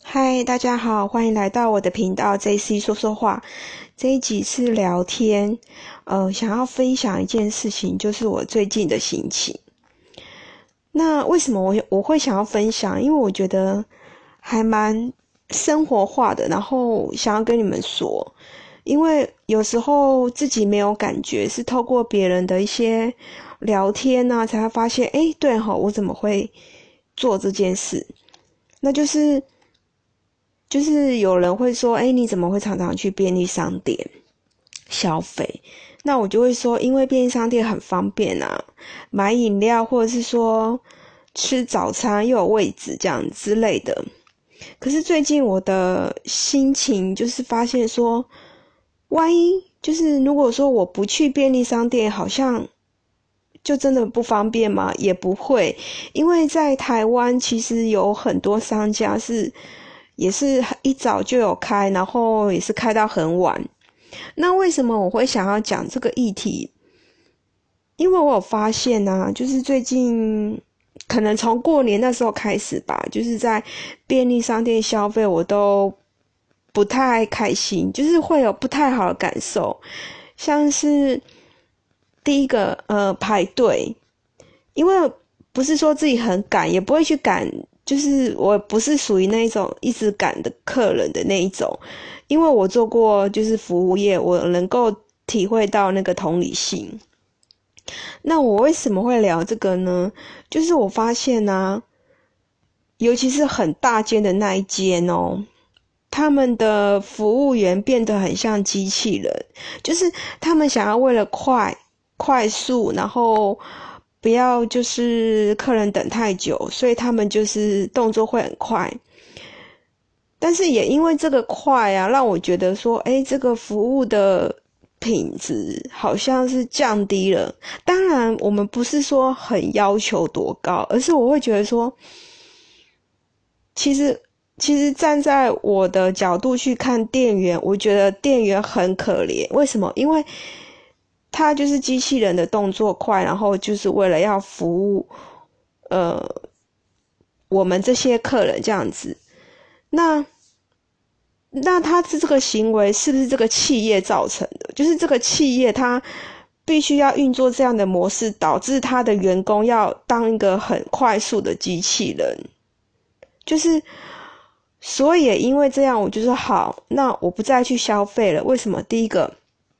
嗨，大家好，欢迎来到我的频道 JC 说说话。这一集是聊天，想要分享一件事情，就是我最近的心情。那为什么我会想要分享？因为我觉得还蛮生活化的，然后想要跟你们说。因为有时候自己没有感觉，是透过别人的一些聊天啊，才会发现，对齁，我怎么会做这件事？那就是有人会说，你怎么会常常去便利商店消费？那我就会说，因为便利商店很方便啊，买饮料或者是说吃早餐又有位置这样之类的。可是最近我的心情就是发现说，万一就是如果说我不去便利商店，好像就真的不方便吗？也不会，因为在台湾其实有很多商家也是一早就有开，然后也是开到很晚。那为什么我会想要讲这个议题？因为我有发现啊，就是最近可能从过年那时候开始吧，就是在便利商店消费我都不太开心，就是会有不太好的感受。像是第一个排队，因为不是说自己很赶，也不会去赶，就是我不是属于那一种一直赶的客人的那一种，因为我做过就是服务业，我能够体会到那个同理心。那我为什么会聊这个呢？就是我发现啊，尤其是很大间的那一间哦，他们的服务员变得很像机器人，就是他们想要为了快速，然后不要就是客人等太久，所以他们就是动作会很快。但是也因为这个快啊，让我觉得说，这个服务的品质好像是降低了。当然，我们不是说很要求多高，而是我会觉得说，其实站在我的角度去看店员，我觉得店员很可怜。为什么？因为他就是机器人的动作快，然后就是为了要服务我们这些客人这样子。那他这个行为是不是这个企业造成的？就是这个企业他必须要运作这样的模式，导致他的员工要当一个很快速的机器人。就是所以也因为这样，我就说好，那我不再去消费了。为什么？第一个，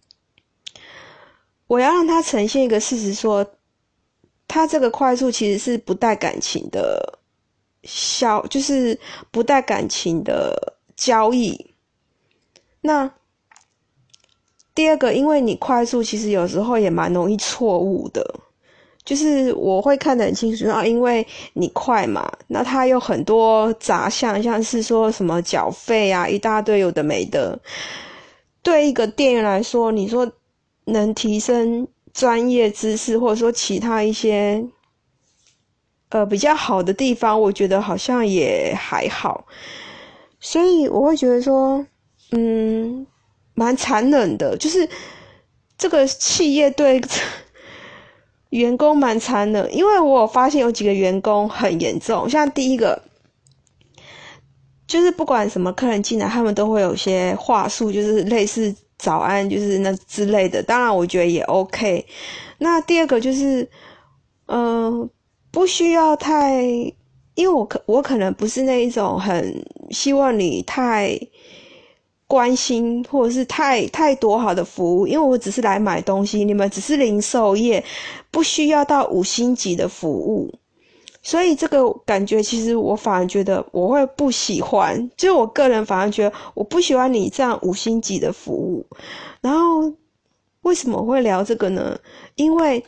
我要让他呈现一个事实说，他这个快速其实是不带感情的就是不带感情的交易。那第二个，因为你快速其实有时候也蛮容易错误的，就是我会看得很清楚因为你快嘛，那它有很多杂项，像是说什么缴费啊，一大堆有的没的。对一个店员来说，你说能提升专业知识，或者说其他一些比较好的地方，我觉得好像也还好。所以我会觉得说蛮残忍的，就是这个企业对员工蛮残忍。因为我有发现有几个员工很严重，像第一个就是不管什么客人进来，他们都会有些话术，就是类似早安就是那之类的，当然我觉得也 OK。 那第二个就是不需要太，因为我可能不是那一种很希望你太关心或者是太多好的服务，因为我只是来买东西，你们只是零售业，不需要到5星级的服务。所以这个感觉其实我反而觉得我会不喜欢，就是我个人反而觉得我不喜欢你这样5星级的服务。然后为什么我会聊这个呢？因为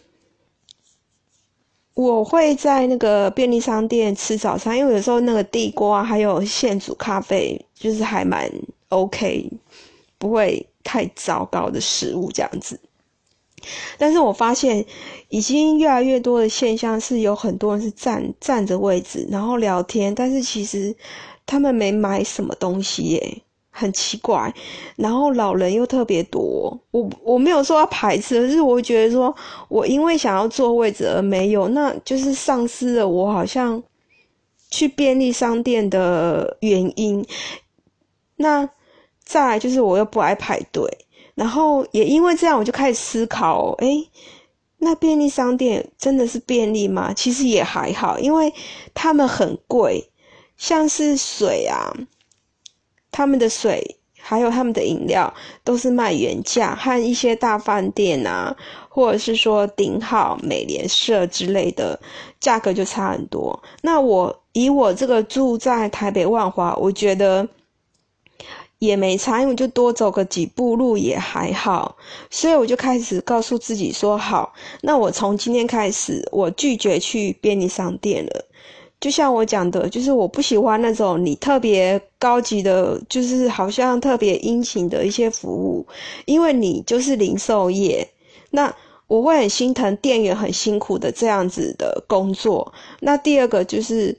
我会在那个便利商店吃早餐，因为有时候那个地瓜还有现煮咖啡就是还蛮 OK， 不会太糟糕的食物这样子。但是我发现已经越来越多的现象是有很多人是站着位置然后聊天，但是其实他们没买什么东西耶，很奇怪。然后老人又特别多，我没有说要排斥，可是我觉得说我因为想要坐位置而没有，那就是丧失了我好像去便利商店的原因。那再来就是我又不爱排队，然后也因为这样我就开始思考，那便利商店真的是便利吗？其实也还好，因为他们很贵，像是水啊，他们的水还有他们的饮料都是卖原价，和一些大饭店啊，或者是说顶好、美联社之类的价格就差很多。那以我这个住在台北万华，我觉得也没差，因为就多走个几步路也还好，所以我就开始告诉自己说，好，那我从今天开始，我拒绝去便利商店了。就像我讲的，就是我不喜欢那种你特别高级的，就是好像特别殷勤的一些服务，因为你就是零售业，那我会很心疼店员很辛苦的这样子的工作。那第二个就是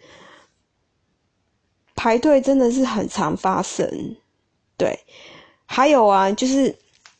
排队真的是很常发生。对，还有啊，就是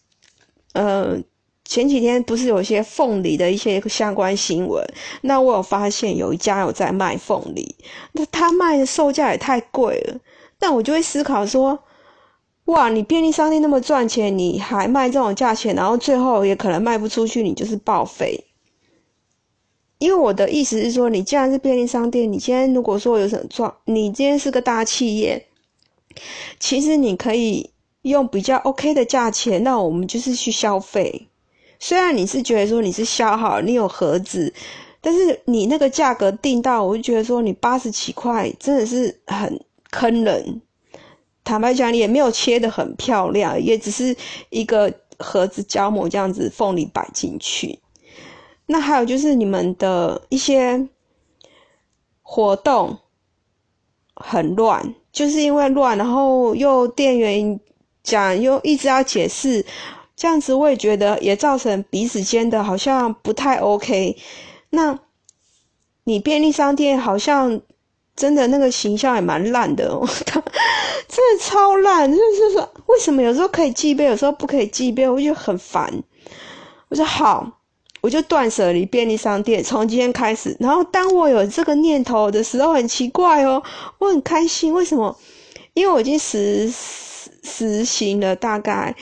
前几天不是有些凤梨的一些相关新闻，那我有发现有一家有在卖凤梨，那他卖的售价也太贵了，但我就会思考说，哇，你便利商店那么赚钱，你还卖这种价钱，然后最后也可能卖不出去，你就是报废。因为我的意思是说，你既然是便利商店，你今天如果说有什么你今天是个大企业，其实你可以用比较 OK 的价钱，那我们就是去消费。虽然你是觉得说你是消耗，你有盒子，但是你那个价格定到，我就觉得说你80几块真的是很坑人。坦白讲，你也没有切得很漂亮，也只是一个盒子胶膜这样子凤梨摆进去。那还有就是你们的一些活动很乱，就是因为乱，然后又店员讲又一直要解释，这样子我也觉得也造成彼此间的好像不太 OK。那你便利商店好像真的那个形象也蛮烂的，真的超烂，就是说为什么有时候可以寄杯，有时候不可以寄杯，我就很烦。我说好，我就断舍离便利商店，从今天开始。然后当我有这个念头的时候，很奇怪哦，我很开心。为什么？因为我已经实行了大概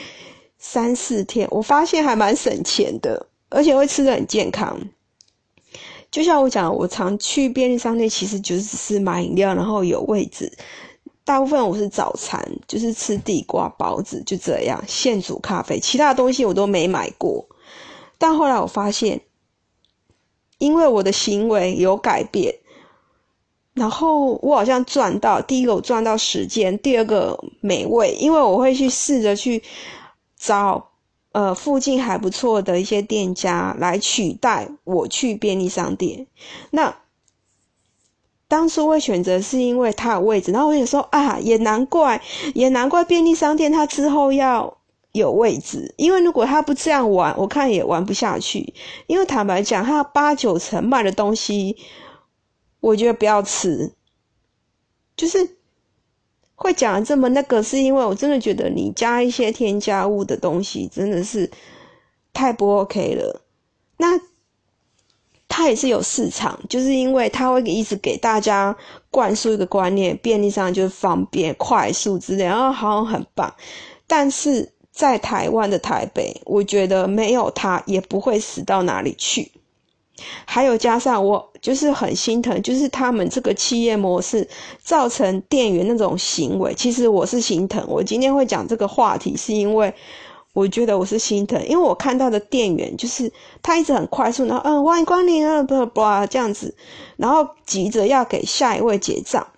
3-4天，我发现还蛮省钱的，而且会吃得很健康。就像我讲，我常去便利商店，其实就只是买饮料，然后有位置。大部分我是早餐，就是吃地瓜包子，就这样，现煮咖啡，其他的东西我都没买过。但后来我发现，因为我的行为有改变，然后我好像赚到，第一个我赚到时间，第二个美味，因为我会去试着去找附近还不错的一些店家来取代我去便利商店。那当初会选择是因为它有位置，然后我就说啊，也难怪便利商店它之后要有位置，因为如果他不这样玩，我看也玩不下去。因为坦白讲，他8-9成卖的东西，我觉得不要吃。就是会讲这么那个，是因为我真的觉得你加一些添加物的东西真的是太不 OK 了。那它也是有市场，就是因为它会一直给大家灌输一个观念，便利商店就是方便、快速之类，然后好像很棒。但是在台湾的台北，我觉得没有它也不会死到哪里去。还有加上我就是很心疼，就是他们这个企业模式造成店员那种行为，其实我是心疼。我今天会讲这个话题是因为我觉得我是心疼，因为我看到的店员就是他一直很快速，然后欢迎光临啊，不这样子，然后急着要给下一位结账。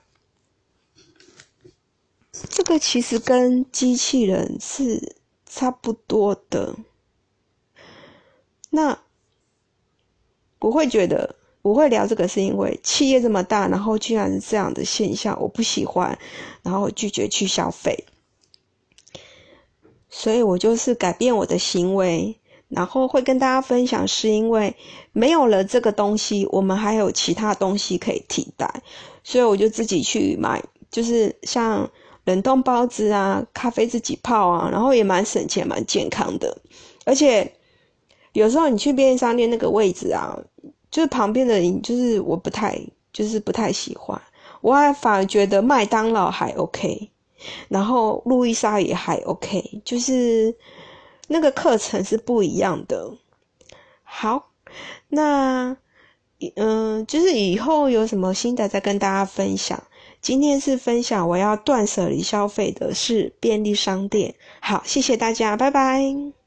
这个其实跟机器人是差不多的。那我会觉得我会聊这个是因为企业这么大，然后居然是这样的现象，我不喜欢，然后拒绝去消费。所以我就是改变我的行为，然后会跟大家分享，是因为没有了这个东西，我们还有其他东西可以替代。所以我就自己去买，就是像冷冻包子啊，咖啡自己泡啊，然后也蛮省钱蛮健康的。而且有时候你去便利商店那个位置啊，就是旁边的人就是我不太喜欢， 我还反而觉得麦当劳还 OK， 然后路易莎也还 OK， 就是那个课程是不一样的。好，那就是以后有什么新的再跟大家分享。今天是分享我要断舍离消费的是便利商店。好，谢谢大家，拜拜。